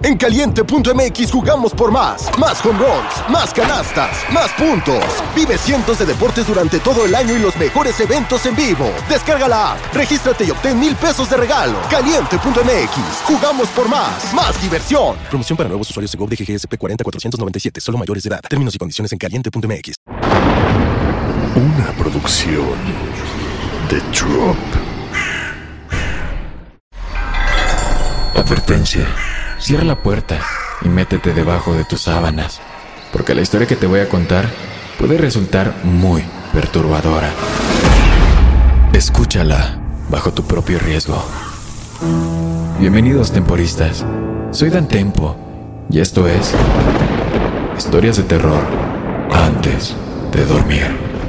En Caliente.mx jugamos por más. Más home runs, más canastas, más puntos. Vive cientos de deportes durante todo el año y los mejores eventos en vivo. Descarga la app, regístrate y obtén $1,000 de regalo. Caliente.mx, jugamos por más. Más diversión. Promoción para nuevos usuarios de GOV de GGSP 40497, solo mayores de edad. Términos y condiciones en Caliente.mx. Una producción de Drop. Advertencia. Cierra la puerta y métete debajo de tus sábanas, porque la historia que te voy a contar puede resultar muy perturbadora. Escúchala bajo tu propio riesgo. Bienvenidos, temporistas. Soy Dan Tempo y esto es Historias de Terror antes de dormir.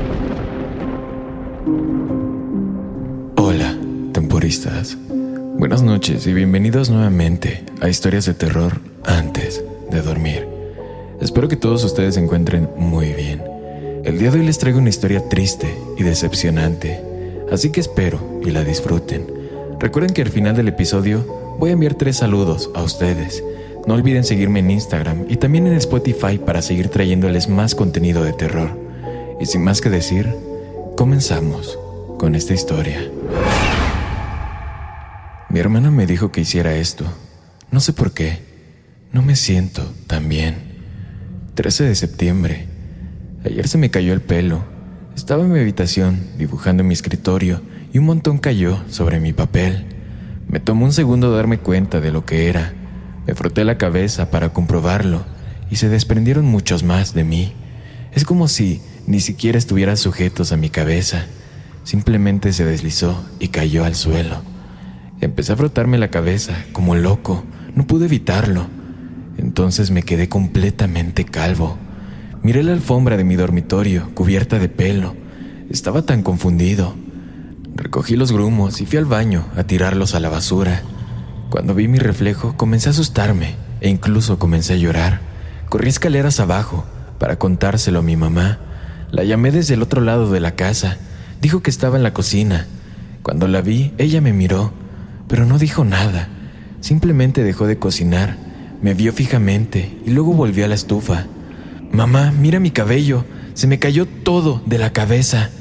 Hola, temporistas. Buenas noches y bienvenidos nuevamente a Historias de Terror antes de dormir. Espero que todos ustedes se encuentren muy bien. El día de hoy les traigo una historia triste y decepcionante, así que espero y la disfruten. Recuerden que al final del episodio voy a enviar 3 saludos a ustedes. No olviden seguirme en Instagram y también en Spotify para seguir trayéndoles más contenido de terror. Y sin más que decir, comenzamos con esta historia. Mi hermana me dijo que hiciera esto. No sé por qué. No me siento tan bien. 13 de septiembre. Ayer se me cayó el pelo. Estaba en mi habitación dibujando en mi escritorio y un montón cayó sobre mi papel. Me tomó un segundo darme cuenta de lo que era. Me froté la cabeza para comprobarlo y se desprendieron muchos más de mí. Es como si ni siquiera estuvieran sujetos a mi cabeza. Simplemente se deslizó y cayó al suelo. Empecé a frotarme la cabeza como loco, no pude evitarlo. Entonces me quedé completamente calvo. Miré la alfombra de mi dormitorio cubierta de pelo. Estaba tan confundido. Recogí los grumos y fui al baño a tirarlos a la basura. Cuando vi mi reflejo comencé a asustarme e incluso comencé a llorar. Corrí escaleras abajo para contárselo a mi mamá. La llamé desde el otro lado de la casa. Dijo que estaba en la cocina. Cuando la vi, ella me miró, pero no dijo nada. Simplemente dejó de cocinar, me vio fijamente y luego volvió a la estufa. «Mamá, mira mi cabello, se me cayó todo de la cabeza».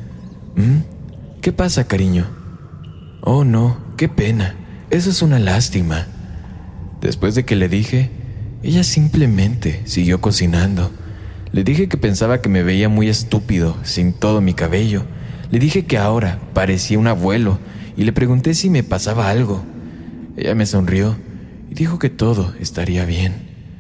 ¿Qué pasa, cariño? «Oh, no, qué pena, eso es una lástima». Después de que le dije, ella simplemente siguió cocinando. Le dije que pensaba que me veía muy estúpido sin todo mi cabello. Le dije que ahora parecía un abuelo y le pregunté si me pasaba algo. Ella me sonrió y dijo que todo estaría bien.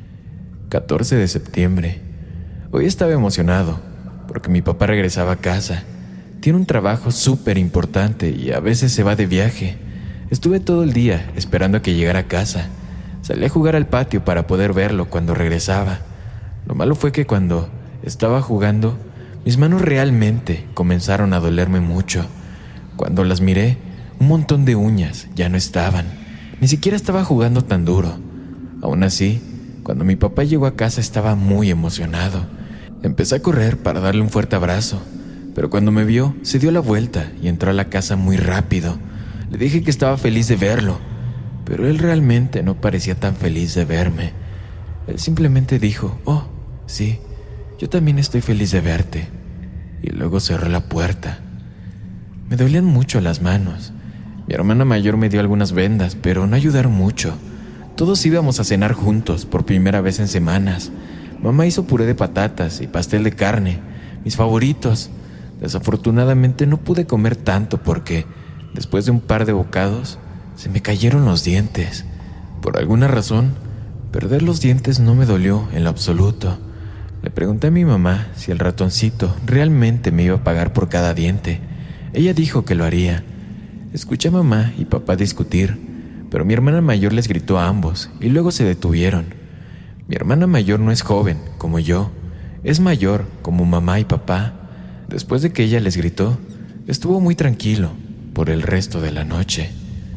14 de septiembre. Hoy estaba emocionado porque mi papá regresaba a casa. Tiene un trabajo súper importante y a veces se va de viaje. Estuve todo el día esperando a que llegara a casa. Salí a jugar al patio para poder verlo cuando regresaba. Lo malo fue que cuando estaba jugando, mis manos realmente comenzaron a dolerme mucho. Cuando las miré, un montón de uñas ya no estaban. Ni siquiera estaba jugando tan duro. Aún así, cuando mi papá llegó a casa estaba muy emocionado. Empecé a correr para darle un fuerte abrazo, pero cuando me vio, se dio la vuelta y entró a la casa muy rápido. Le dije que estaba feliz de verlo, pero él realmente no parecía tan feliz de verme. Él simplemente dijo, «Oh, sí, yo también estoy feliz de verte». Y luego cerró la puerta. Me dolían mucho las manos. Mi hermana mayor me dio algunas vendas, pero no ayudaron mucho. Todos íbamos a cenar juntos por primera vez en semanas. Mamá hizo puré de patatas y pastel de carne, mis favoritos. Desafortunadamente no pude comer tanto porque, después de un par de bocados, se me cayeron los dientes. Por alguna razón, perder los dientes no me dolió en lo absoluto. Le pregunté a mi mamá si el ratoncito realmente me iba a pagar por cada diente. Ella dijo que lo haría. Escuché a mamá y papá discutir, pero mi hermana mayor les gritó a ambos y luego se detuvieron. Mi hermana mayor no es joven, como yo, es mayor, como mamá y papá. Después de que ella les gritó, estuvo muy tranquilo por el resto de la noche.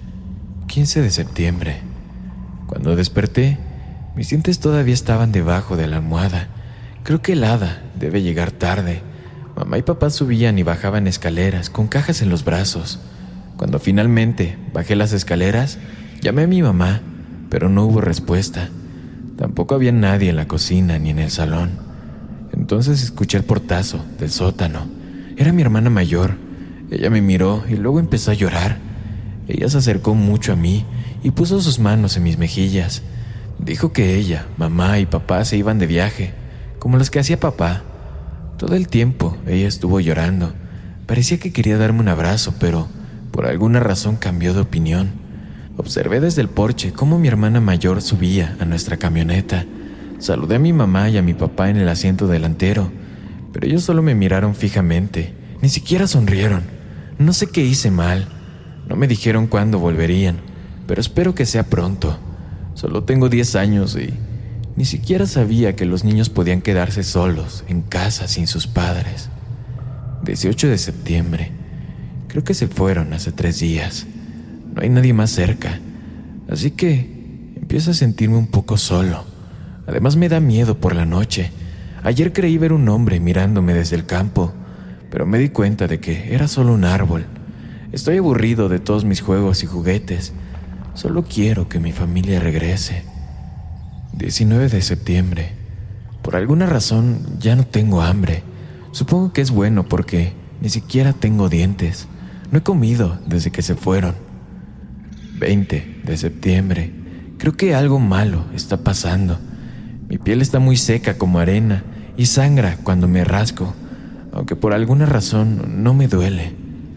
15 de septiembre. Cuando desperté, mis dientes todavía estaban debajo de la almohada. Creo que el hada debe llegar tarde. Mamá y papá subían y bajaban escaleras con cajas en los brazos. Cuando finalmente bajé las escaleras, llamé a mi mamá, pero no hubo respuesta. Tampoco había nadie en la cocina ni en el salón. Entonces escuché el portazo del sótano. Era mi hermana mayor. Ella me miró y luego empezó a llorar. Ella se acercó mucho a mí y puso sus manos en mis mejillas. Dijo que ella, mamá y papá se iban de viaje, como los que hacía papá. Todo el tiempo ella estuvo llorando. Parecía que quería darme un abrazo, pero por alguna razón cambió de opinión. Observé desde el porche cómo mi hermana mayor subía a nuestra camioneta. Saludé a mi mamá y a mi papá en el asiento delantero, pero ellos solo me miraron fijamente. Ni siquiera sonrieron. No sé qué hice mal. No me dijeron cuándo volverían, pero espero que sea pronto. Solo tengo 10 años y ni siquiera sabía que los niños podían quedarse solos en casa sin sus padres. 18 de septiembre. Creo que se fueron hace 3 días. No hay nadie más cerca, así que empiezo a sentirme un poco solo. Además me da miedo por la noche. Ayer creí ver un hombre mirándome desde el campo, pero me di cuenta de que era solo un árbol. Estoy aburrido de todos mis juegos y juguetes. Solo quiero que mi familia regrese. 19 de septiembre. Por alguna razón ya no tengo hambre. Supongo que es bueno porque ni siquiera tengo dientes. No he comido desde que se fueron. 20 de septiembre. Creo que algo malo está pasando. Mi piel está muy seca como arena y sangra cuando me rasco, aunque por alguna razón no me duele.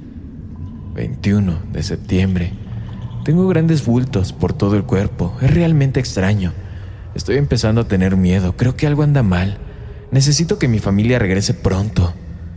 21 de septiembre. Tengo grandes bultos por todo el cuerpo. Es realmente extraño. Estoy empezando a tener miedo. Creo que algo anda mal. Necesito que mi familia regrese pronto.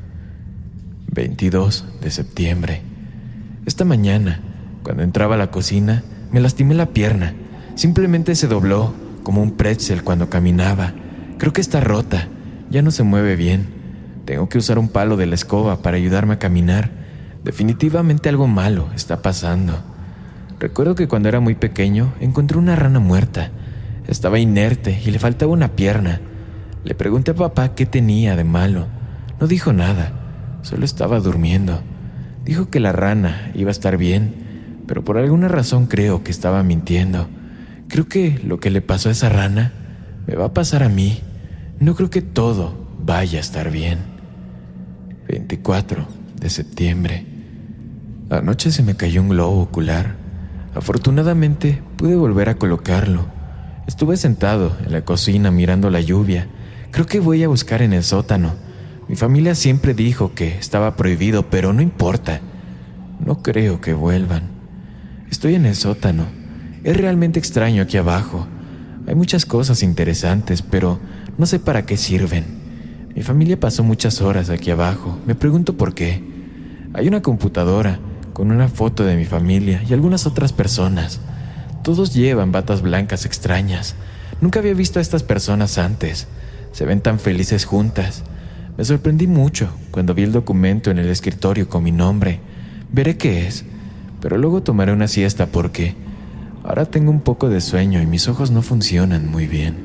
22 de septiembre. Esta mañana, cuando entraba a la cocina, me lastimé la pierna. Simplemente se dobló, como un pretzel cuando caminaba. Creo que está rota. Ya no se mueve bien. Tengo que usar un palo de la escoba para ayudarme a caminar. Definitivamente algo malo está pasando. Recuerdo que cuando era muy pequeño encontré una rana muerta. Estaba inerte y le faltaba una pierna. Le pregunté a papá qué tenía de malo. No dijo nada, solo estaba durmiendo. Dijo que la rana iba a estar bien, pero por alguna razón creo que estaba mintiendo. Creo que lo que le pasó a esa rana me va a pasar a mí. No creo que todo vaya a estar bien. 24 de septiembre. Anoche se me cayó un globo ocular. Afortunadamente pude volver a colocarlo. Estuve sentado en la cocina mirando la lluvia. Creo que voy a buscar en el sótano. Mi familia siempre dijo que estaba prohibido, pero no importa. No creo que vuelvan. Estoy en el sótano. Es realmente extraño aquí abajo. Hay muchas cosas interesantes, pero no sé para qué sirven. Mi familia pasó muchas horas aquí abajo. Me pregunto por qué. Hay una computadora con una foto de mi familia y algunas otras personas. Todos llevan batas blancas extrañas. Nunca había visto a estas personas antes. Se ven tan felices juntas. Me sorprendí mucho cuando vi el documento en el escritorio con mi nombre. Veré qué es, pero luego tomaré una siesta porque ahora tengo un poco de sueño y mis ojos no funcionan muy bien.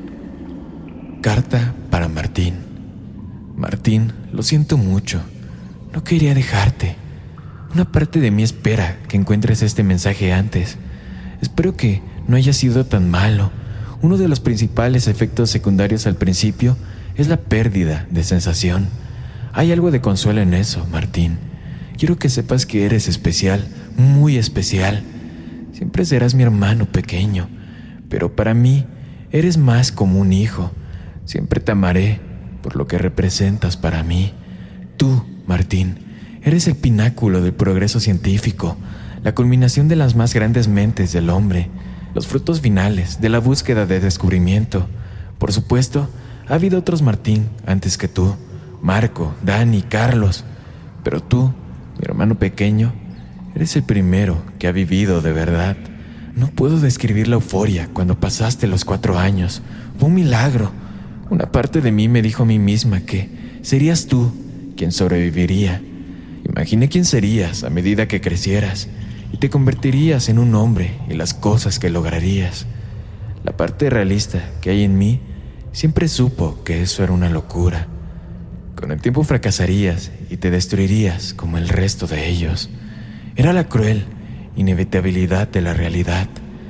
Carta para Martín. Martín, lo siento mucho. No quería dejarte. Una parte de mí espera que encuentres este mensaje antes. Espero que no haya sido tan malo. Uno de los principales efectos secundarios al principio es la pérdida de sensación. Hay algo de consuelo en eso, Martín. Quiero que sepas que eres especial, muy especial. Siempre serás mi hermano pequeño, pero para mí eres más como un hijo. Siempre te amaré por lo que representas para mí. Tú, Martín, eres el pináculo del progreso científico, la culminación de las más grandes mentes del hombre, los frutos finales de la búsqueda de descubrimiento. Por supuesto, ha habido otros Martín antes que tú, Marco, Dani, Carlos, pero tú, mi hermano pequeño, eres el primero que ha vivido de verdad. No puedo describir la euforia cuando pasaste los 4 años. Fue un milagro. Una parte de mí me dijo a mí misma que serías tú quien sobreviviría. Imaginé quién serías a medida que crecieras y te convertirías en un hombre y las cosas que lograrías. La parte realista que hay en mí siempre supo que eso era una locura. Con el tiempo fracasarías y te destruirías como el resto de ellos. Era la cruel inevitabilidad de la realidad.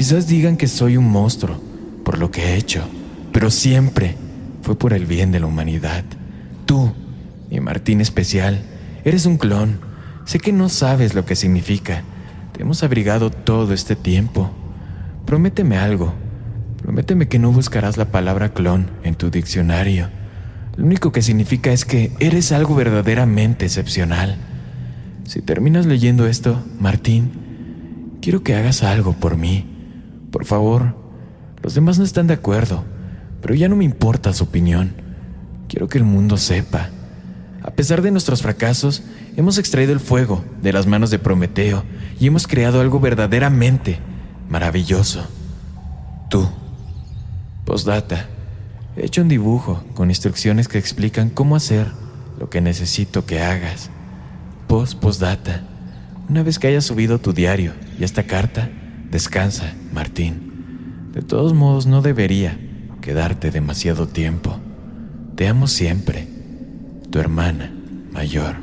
Quizás digan que soy un monstruo por lo que he hecho, pero siempre fue por el bien de la humanidad. Tú, mi Martín especial, eres un clon. Sé que no sabes lo que significa. Te hemos abrigado todo este tiempo. Prométeme algo. Prométeme que no buscarás la palabra clon en tu diccionario. Lo único que significa es que eres algo verdaderamente excepcional. Si terminas leyendo esto, Martín, quiero que hagas algo por mí. Por favor, los demás no están de acuerdo, pero ya no me importa su opinión. Quiero que el mundo sepa. A pesar de nuestros fracasos, hemos extraído el fuego de las manos de Prometeo y hemos creado algo verdaderamente maravilloso. Tú. Postdata. He hecho un dibujo con instrucciones que explican cómo hacer lo que necesito que hagas. Postdata. Una vez que hayas subido tu diario y esta carta, descansa, Martín. De todos modos, no debería quedarte demasiado tiempo. Te amo siempre. Tu hermana mayor.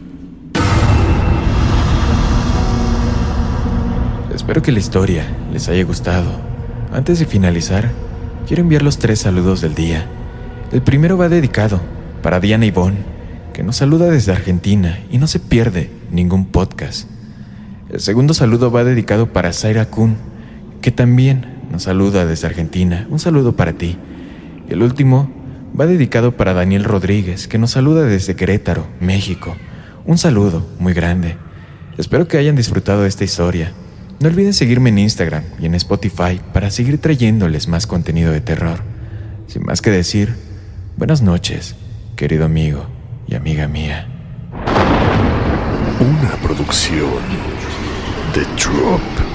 Espero que la historia les haya gustado. Antes de finalizar, quiero enviar los 3 saludos del día. El primero va dedicado para Diana Ivonne, que nos saluda desde Argentina y no se pierde ningún podcast. El segundo saludo va dedicado para Zaira Kun, que también nos saluda desde Argentina. Un saludo para ti. Y el último va dedicado para Daniel Rodríguez, que nos saluda desde Querétaro, México. Un saludo muy grande. Espero que hayan disfrutado de esta historia. No olviden seguirme en Instagram y en Spotify para seguir trayéndoles más contenido de terror. Sin más que decir, buenas noches, querido amigo y amiga mía. Una producción de Drop.